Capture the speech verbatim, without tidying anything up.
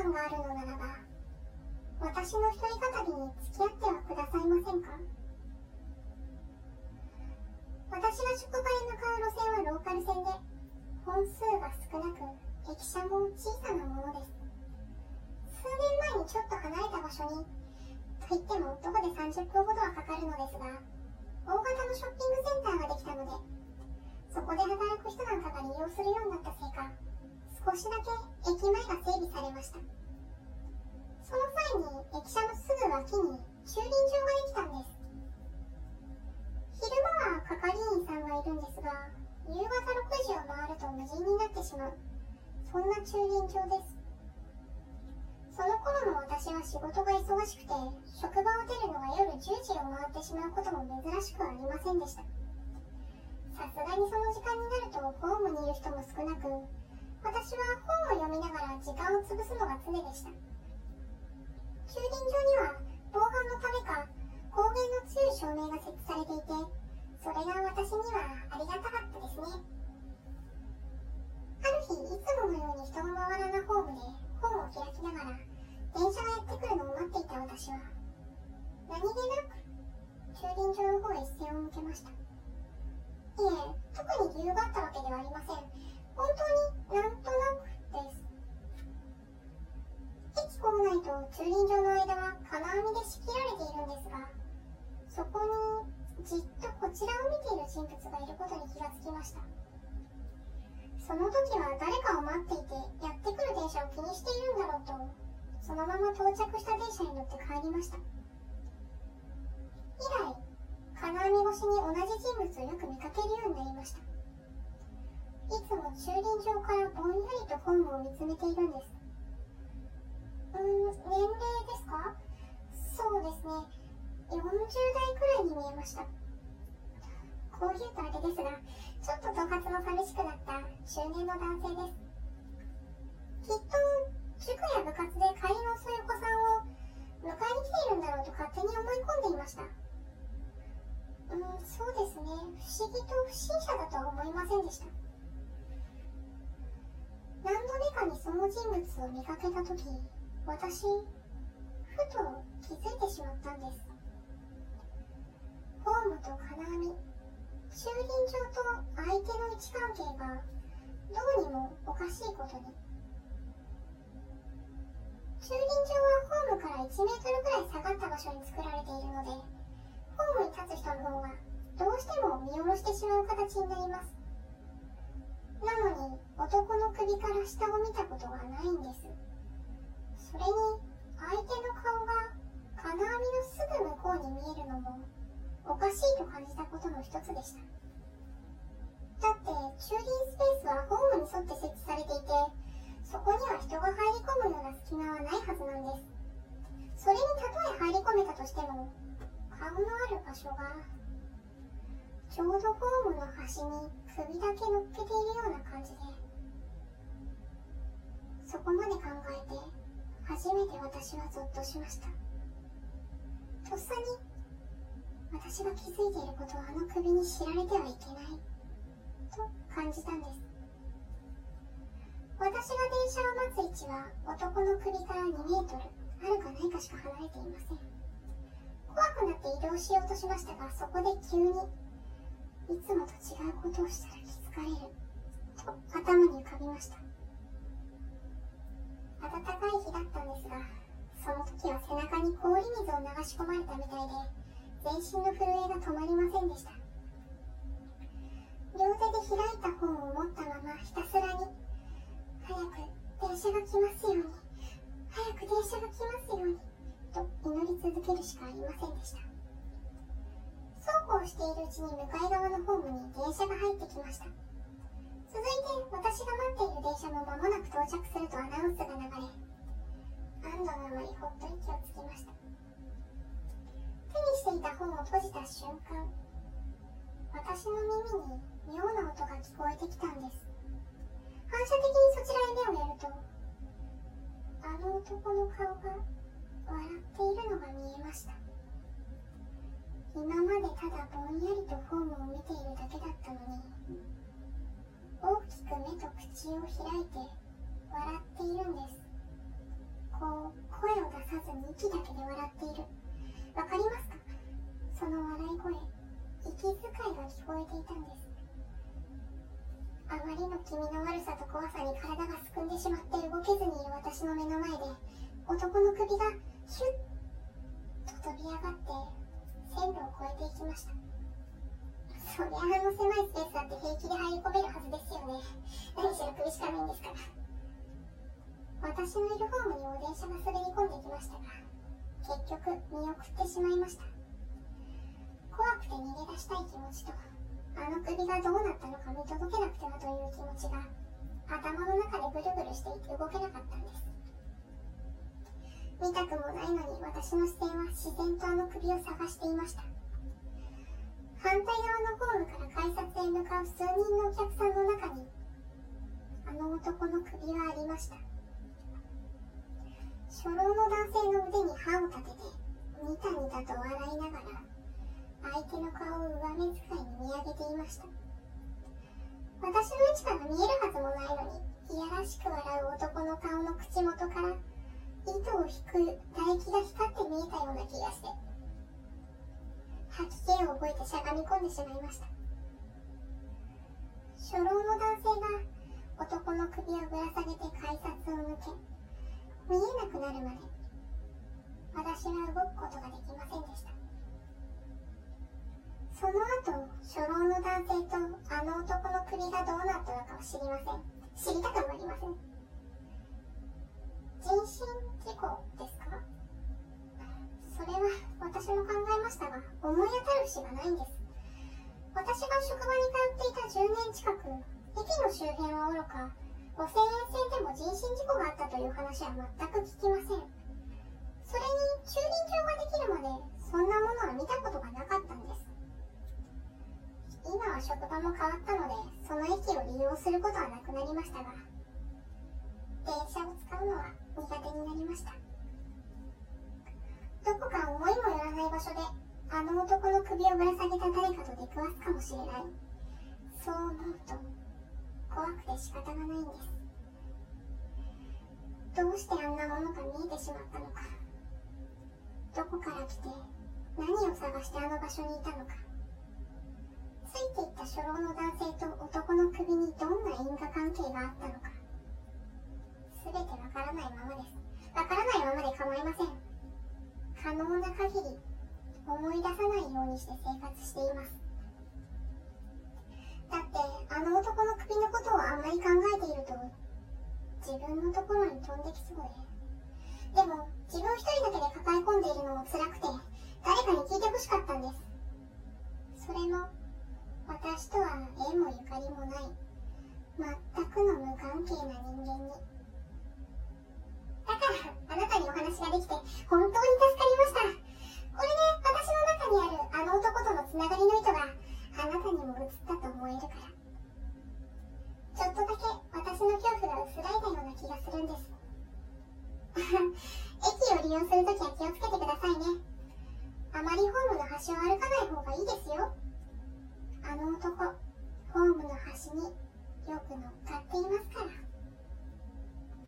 感があるのならば、私の一人語りに付き合ってはくださいませんか？私が職場へ向かう路線はローカル線で、本数が少なく、駅舎も小さなものです。数年前にちょっと離れた場所に、といっても徒歩でさんじゅっぷんほどはかかるのですが、大型のショッピングセンターができたので、そこで働く人なんかが利用するようになったせいか、少しだけ駅前が整備されました。その際に駅舎のすぐ脇に駐輪場ができたんです。昼間は係員さんがいるんですが、夕方ろくじを回ると無人になってしまう、そんな駐輪場です。その頃の私は仕事が忙しくて、職場を出るのが夜じゅうじを回ってしまうことも珍しくありませんでした。さすがにその時間になるとホームにいる人も少なく、私は本を読みながら時間を潰すのが常でした。駐輪場には防犯のためか光源の強い照明が設置されていて、それが私にはありがたかったですね。ある日、いつものように人がまばらなホームで本を開きながら電車がやってくるのを待っていた私は、何気なく駐輪場の方へ視線を向けました。いえ、特に理由があったわけではありません。本当になんとなくです。駅構内と駐輪場の間は金網で仕切られているんですが、そこにじっとこちらを見ている人物がいることに気がつきました。その時は誰かを待っていて、やってくる電車を気にしているんだろうと、そのまま到着した電車に乗って帰りました。以来、金網越しに同じ人物をよく見かけるようになりました。いつも駐輪場からぼんやりとホームを見つめているんです。うーん、年齢ですか？そうですね、よんじゅう代くらいに見えました。こう言うとあれですが、ちょっと頭髪の寂しくなった中年の男性です。きっと塾や部活で帰りの遅いお子さんを迎えに来ているんだろうと勝手に思い込んでいました。うーん、そうですね、不思議と不審者だとは思いませんでした。何度目かにその人物を見かけたとき、私、ふと気づいてしまったんです。ホームと金網、駐輪場と相手の位置関係がどうにもおかしいことに。駐輪場はホームからいちメートルくらい下がった場所に作られているので、ホームに立つ人の方がどうしても見下ろしてしまう形になります。なのに男の首から下を見たことがないんです。それに相手の顔が金網のすぐ向こうに見えるのもおかしいと感じたことの一つでした。だって駐輪スペースはホームに沿って設置されていて、そこには人が入り込むような隙間はないはずなんです。それにたとえ入り込めたとしても、顔のある場所がちょうどホームの端に首だけ乗っけているような感じで、そこまで考えて初めて私はゾッとしました。とっさに私が気づいていることはあの首に知られてはいけないと感じたんです。私が電車を待つ位置は男の首からにメートルあるかないかしか離れていません。怖くなって移動しようとしましたが、そこで急にいつもと違うことをしたら気づかれると頭に浮かびました。暖かい日だったんですが、その時は背中に氷水を流し込まれたみたいで、全身の震えが止まりませんでした。両手で開いた本を持ったままひたすらに、早く電車が来ますように、早く電車が来ますようにと祈り続けるしかありませんでした。そうこうしているうちに向かい側のホームに電車が入ってきました。続いて私が待っている電車も間もなく到着するとアナウンスが流れ、安堵のあまりほっと息をつきました。手にしていた本を閉じた瞬間、私の耳に妙な音が聞こえてきたんです。反射的にそちらへ目をやると、あの男の顔が笑っているのが見えました。今までただぼんやりとホームを見ているだけだったのに、大きく目と口を開いて笑っているんです。 こう声を出さずに息だけで笑っている。わかりますか？その笑い声、息遣いが聞こえていたんです。あまりの気味の悪さと怖さに体がすくんでしまって動けずにいる私の目の前で、男の首がヒュッと飛び上がって線路を越えていきました。そりゃあの狭いスペースだって平気で入り込めるはずですよね。何しろ首しかないんですから。私のいるホームにも電車が滑り込んできましたが、結局見送ってしまいました。怖くて逃げ出したい気持ちと、あの首がどうなったのか見届けなくてはという気持ちが頭の中でぐるぐるしていて動けなかったんです。見たくもないのに私の視線は自然とあの首を探していました。反対側のホームから改札へ向かう数人のお客さんの中にあの男の首はありました。初老の男性の腕に歯を立ててニタニタと笑いながら相手の顔を上目遣いに見上げていました。私の位置から見えるはずもないのに、いやらしく笑う男の顔の口元から糸を引く唾液が光って見えたような気がして、吐き気を覚えてしゃがみ込んでしまいました。初老の男性が男の首をぶら下げて改札を抜け、見えなくなるまで私は動くことができませんでした。その後、初老の男性とあの男の首がどうなったのかは知りません。知りたくもありません。人身事故ですか？それは私も考えましたが、思い当たる節がないんです。私が職場に通っていたじゅうねん近く、駅の周辺はおろか、ごせんえん線でも人身事故があったという話は全く聞きません。それに駐輪場ができるまでそんなものは見たことがなかったんです。今は職場も変わったので、その駅を利用することはなくなりましたが、電車を使うのは苦手になりました。どこか思いもよらない場所で、あの男の首をぶら下げた誰かと出くわすかもしれない。そう思うと、怖くて仕方がないんです。どうしてあんなものが見えてしまったのか。どこから来て、何を探してあの場所にいたのか。ついていった初老の男性と男の首にどんな因果関係があったのか、すべてわからないままです。わからないままで構いません。可能な限り思い出さないようにして生活しています。だってあの男の首のことをあんまり考えていると自分のところに飛んできそうで、でも自分一人だけで抱え込んでいるのも辛くて誰かに聞いてほしかったんです。それも私とは縁もゆかりもない全くの無関係な人間に。だからあなたにお話ができて本当に助かりました。これで私の中にあるあの男とのつながりの糸があなたにも移ったと思えるから、ちょっとだけ私の恐怖が薄らいだような気がするんです。駅を利用するときは気をつけてくださいね。あまりホームの端を歩かない方がいいですよ。あの男、ホームの端によく乗っかっていますから。